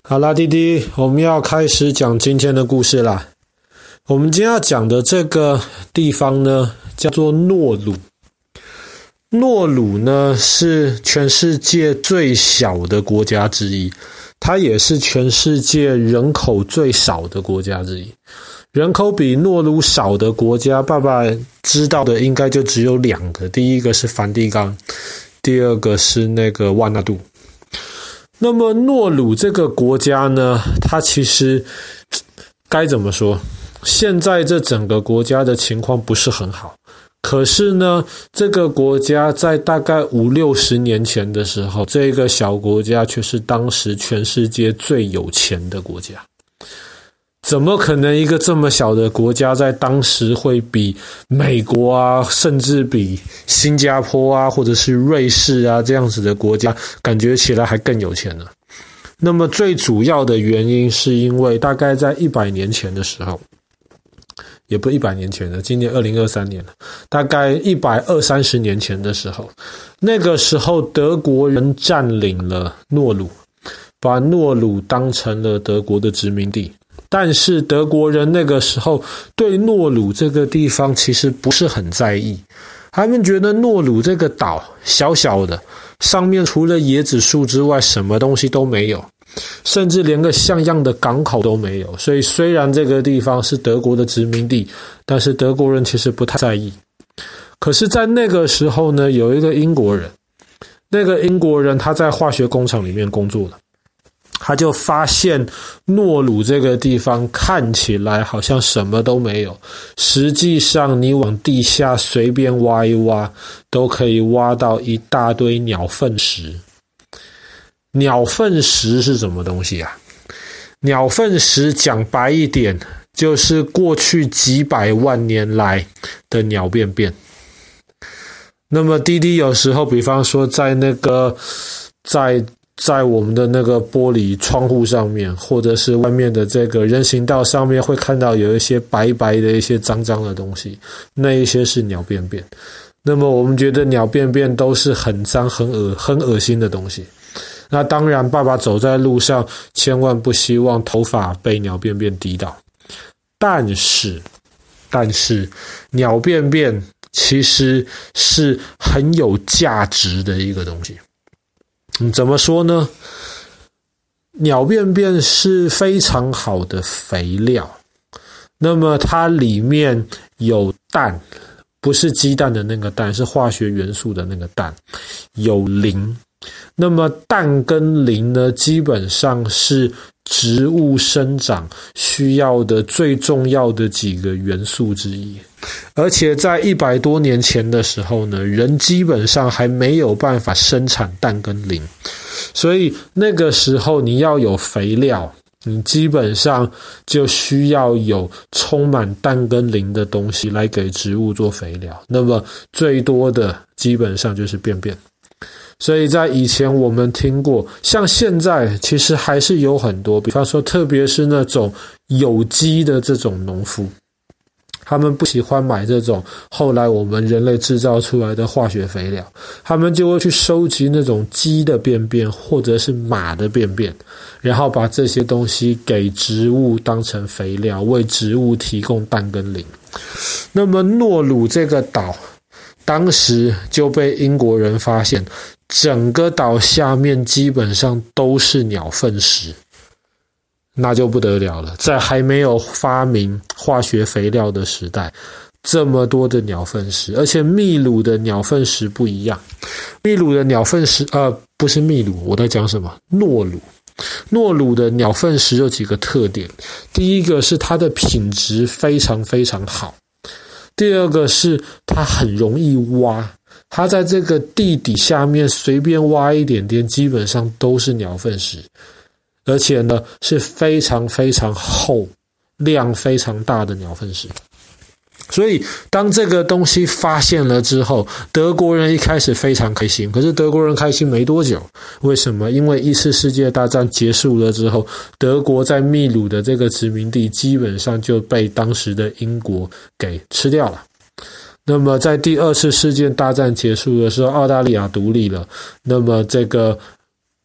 好啦，弟弟，我们要开始讲今天的故事啦。我们今天要讲的这个地方呢，叫做诺鲁。诺鲁呢，是全世界最小的国家之一，它也是全世界人口最少的国家之一。人口比诺鲁少的国家，爸爸知道的应该就只有两个，第一个是梵蒂冈，第二个是那个瓦纳杜。那么诺鲁这个国家呢，它其实该怎么说？现在这整个国家的情况不是很好，可是呢，这个国家在大概50-60年前的时候，这个小国家却是当时全世界最有钱的国家。怎么可能一个这么小的国家在当时会比美国啊，甚至比新加坡啊，或者是瑞士啊这样子的国家感觉起来还更有钱呢？那么最主要的原因是因为大概在100年前的时候，也不是100年前了，今年2023年了，大概120-130年前的时候，那个时候德国人占领了诺鲁，把诺鲁当成了德国的殖民地。但是德国人那个时候对诺鲁这个地方其实不是很在意，他们觉得诺鲁这个岛小小的，上面除了椰子树之外什么东西都没有，甚至连个像样的港口都没有。所以虽然这个地方是德国的殖民地，但是德国人其实不太在意。可是在那个时候呢，有一个英国人，那个英国人他在化学工厂里面工作了，他就发现诺鲁这个地方看起来好像什么都没有，实际上你往地下随便挖一挖，都可以挖到一大堆鸟粪石。鸟粪石是什么东西啊？鸟粪石讲白一点，就是过去几百万年来的鸟便便。那么滴滴有时候比方说在那个在我们的那个玻璃窗户上面，或者是外面的这个人行道上面，会看到有一些白白的一些脏脏的东西，那一些是鸟便便。那么我们觉得鸟便便都是很脏很恶心的东西。那当然爸爸走在路上千万不希望头发被鸟便便滴到。但是鸟便便其实是很有价值的一个东西。怎么说呢？鸟便便是非常好的肥料，那么它里面有氮，不是鸡蛋的那个氮，是化学元素的那个氮，有磷。那么氮跟磷呢，基本上是植物生长需要的最重要的几个元素之一。而且在100多年前的时候呢，人基本上还没有办法生产氮跟磷，所以那个时候你要有肥料，你基本上就需要有充满氮跟磷的东西来给植物做肥料。那么最多的基本上就是便便。所以在以前我们听过，像现在其实还是有很多，比方说特别是那种有机的这种农夫，他们不喜欢买这种后来我们人类制造出来的化学肥料，他们就会去收集那种鸡的便便或者是马的便便，然后把这些东西给植物当成肥料，为植物提供氮跟磷。那么诺鲁这个岛当时就被英国人发现，整个岛下面基本上都是鸟粪石，那就不得了了。在还没有发明化学肥料的时代，这么多的鸟粪石，而且秘鲁的鸟粪石不一样。秘鲁的鸟粪石不是秘鲁，我在讲什么？诺鲁。诺鲁的鸟粪石有几个特点，第一个是它的品质非常非常好，第二个是它很容易挖，它在这个地底下面随便挖一点点，基本上都是鸟粪石，而且呢是非常非常厚、量非常大的鸟粪石。所以当这个东西发现了之后，德国人一开始非常开心，可是德国人开心没多久。为什么？因为1次世界大战结束了之后，德国在秘鲁的这个殖民地基本上就被当时的英国给吃掉了。那么在第2次世界大战结束的时候，澳大利亚独立了，那么这个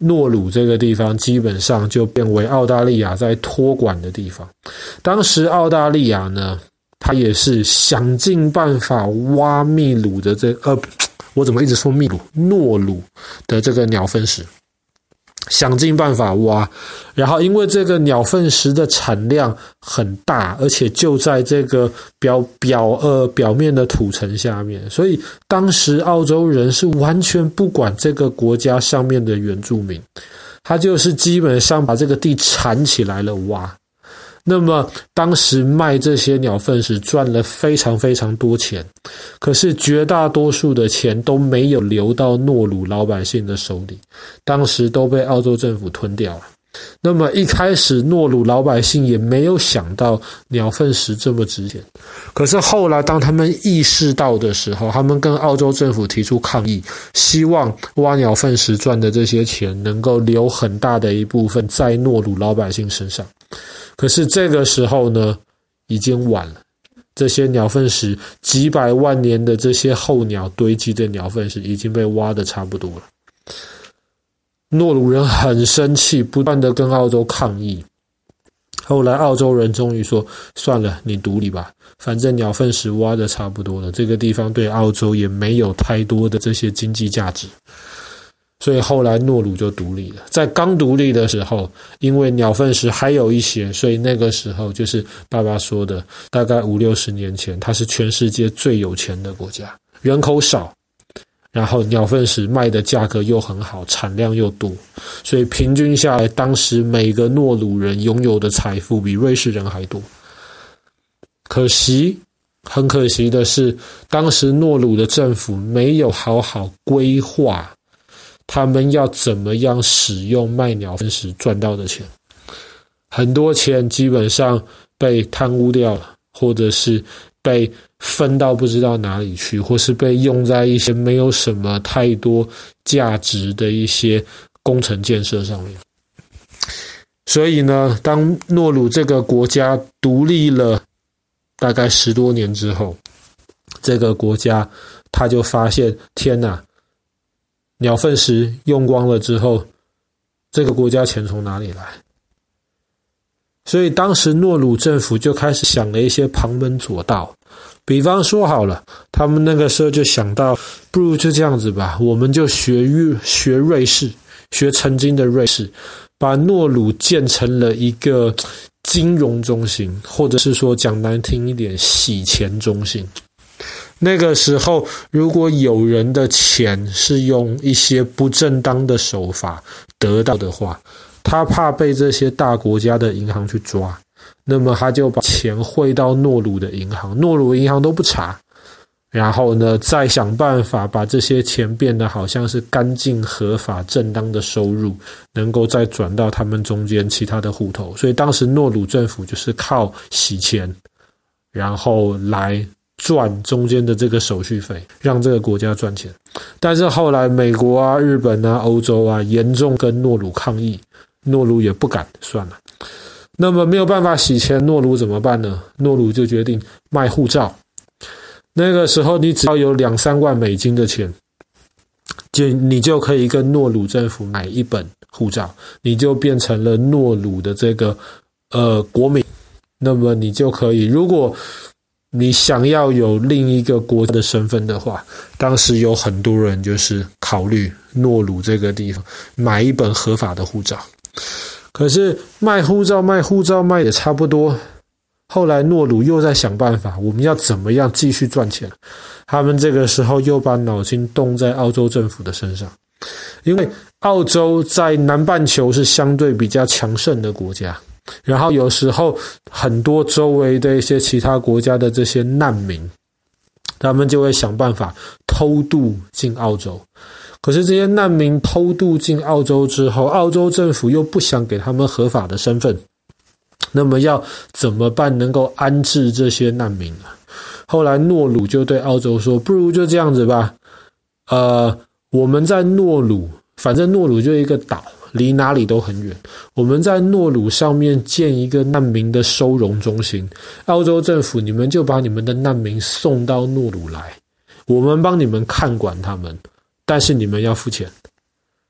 诺鲁这个地方基本上就变为澳大利亚在托管的地方。当时澳大利亚呢，它也是想尽办法挖秘鲁的我怎么一直说秘鲁？诺鲁的这个鸟粪石，想尽办法挖。然后因为这个鸟粪石的产量很大，而且就在这个表面的土层下面，所以当时澳洲人是完全不管这个国家上面的原住民，他就是基本上把这个地铲起来了挖。那么当时卖这些鸟粪石赚了非常非常多钱，可是绝大多数的钱都没有流到诺鲁老百姓的手里，当时都被澳洲政府吞掉了。那么一开始诺鲁老百姓也没有想到鸟粪石这么值钱，可是后来当他们意识到的时候，他们跟澳洲政府提出抗议，希望挖鸟粪石赚的这些钱能够留很大的一部分在诺鲁老百姓身上。可是这个时候呢，已经晚了。这些鸟粪石，几百万年的这些候鸟堆积的鸟粪石已经被挖得差不多了。诺鲁人很生气，不断的跟澳洲抗议。后来澳洲人终于说，算了，你独立吧，反正鸟粪石挖得差不多了，这个地方对澳洲也没有太多的这些经济价值。所以后来诺鲁就独立了。在刚独立的时候，因为鸟粪石还有一些，所以那个时候就是爸爸说的，大概50-60年前，它是全世界最有钱的国家，人口少，然后鸟粪石卖的价格又很好，产量又多，所以平均下来，当时每个诺鲁人拥有的财富比瑞士人还多。很可惜的是，当时诺鲁的政府没有好好规划他们要怎么样使用卖鸟粪石赚到的钱，很多钱基本上被贪污掉了，或者是被分到不知道哪里去，或是被用在一些没有什么太多价值的一些工程建设上面。所以呢，当诺鲁这个国家独立了大概10多年之后，这个国家他就发现，天哪，鸟粪石用光了之后，这个国家钱从哪里来？所以当时诺鲁政府就开始想了一些旁门左道。比方说好了，他们那个时候就想到，不如就这样子吧，我们就学瑞士，学曾经的瑞士，把诺鲁建成了一个金融中心，或者是说讲难听一点，洗钱中心。那个时候，如果有人的钱是用一些不正当的手法得到的话，他怕被这些大国家的银行去抓，那么他就把钱汇到诺鲁的银行，诺鲁银行都不查，然后呢，再想办法把这些钱变得好像是干净、合法、正当的收入，能够再转到他们中间其他的户头。所以当时诺鲁政府就是靠洗钱，然后来赚中间的这个手续费，让这个国家赚钱。但是后来美国啊、日本啊、欧洲啊严重跟诺鲁抗议，诺鲁也不敢，算了。那么没有办法洗钱，诺鲁怎么办呢？诺鲁就决定卖护照。那个时候你只要有2-3万美金的钱，你就可以跟诺鲁政府买一本护照，你就变成了诺鲁的这个国民。那么你就可以，如果你想要有另一个国家的身份的话，当时有很多人就是考虑诺鲁这个地方买一本合法的护照。可是卖护照卖也差不多，后来诺鲁又在想办法，我们要怎么样继续赚钱。他们这个时候又把脑筋动在澳洲政府的身上，因为澳洲在南半球是相对比较强盛的国家，然后有时候很多周围的一些其他国家的这些难民，他们就会想办法偷渡进澳洲。可是这些难民偷渡进澳洲之后，澳洲政府又不想给他们合法的身份，那么要怎么办能够安置这些难民呢？后来诺鲁就对澳洲说，不如就这样子吧，我们在诺鲁，反正诺鲁就一个岛，离哪里都很远，我们在诺鲁上面建一个难民的收容中心，澳洲政府你们就把你们的难民送到诺鲁来，我们帮你们看管他们，但是你们要付钱。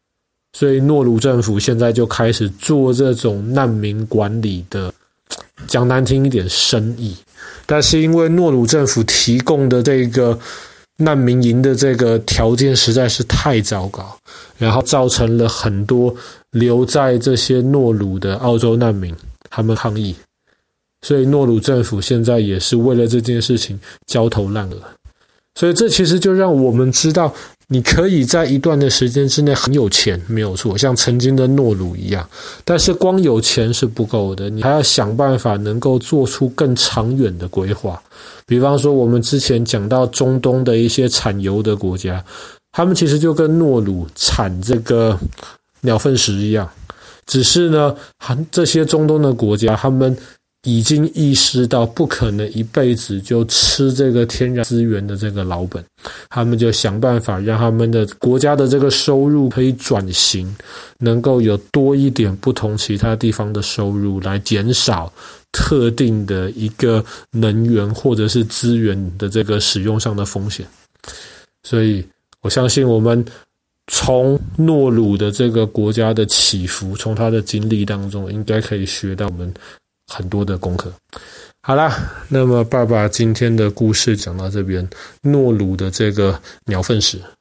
所以诺鲁政府现在就开始做这种难民管理的，讲难听一点生意。但是因为诺鲁政府提供的这个难民营的这个条件实在是太糟糕，然后造成了很多留在这些诺鲁的澳洲难民他们抗议，所以诺鲁政府现在也是为了这件事情焦头烂额。所以这其实就让我们知道，你可以在一段的时间之内很有钱，没有错，像曾经的诺鲁一样，但是光有钱是不够的，你还要想办法能够做出更长远的规划。比方说我们之前讲到中东的一些产油的国家，他们其实就跟诺鲁产这个鸟粪石一样，只是呢这些中东的国家他们已经意识到不可能一辈子就吃这个天然资源的这个老本，他们就想办法让他们的国家的这个收入可以转型，能够有多一点不同其他地方的收入，来减少特定的一个能源或者是资源的这个使用上的风险。所以我相信我们从诺鲁的这个国家的起伏，从他的经历当中应该可以学到我们很多的功课。好啦，那么爸爸今天的故事讲到这边，诺鲁的这个鸟粪石。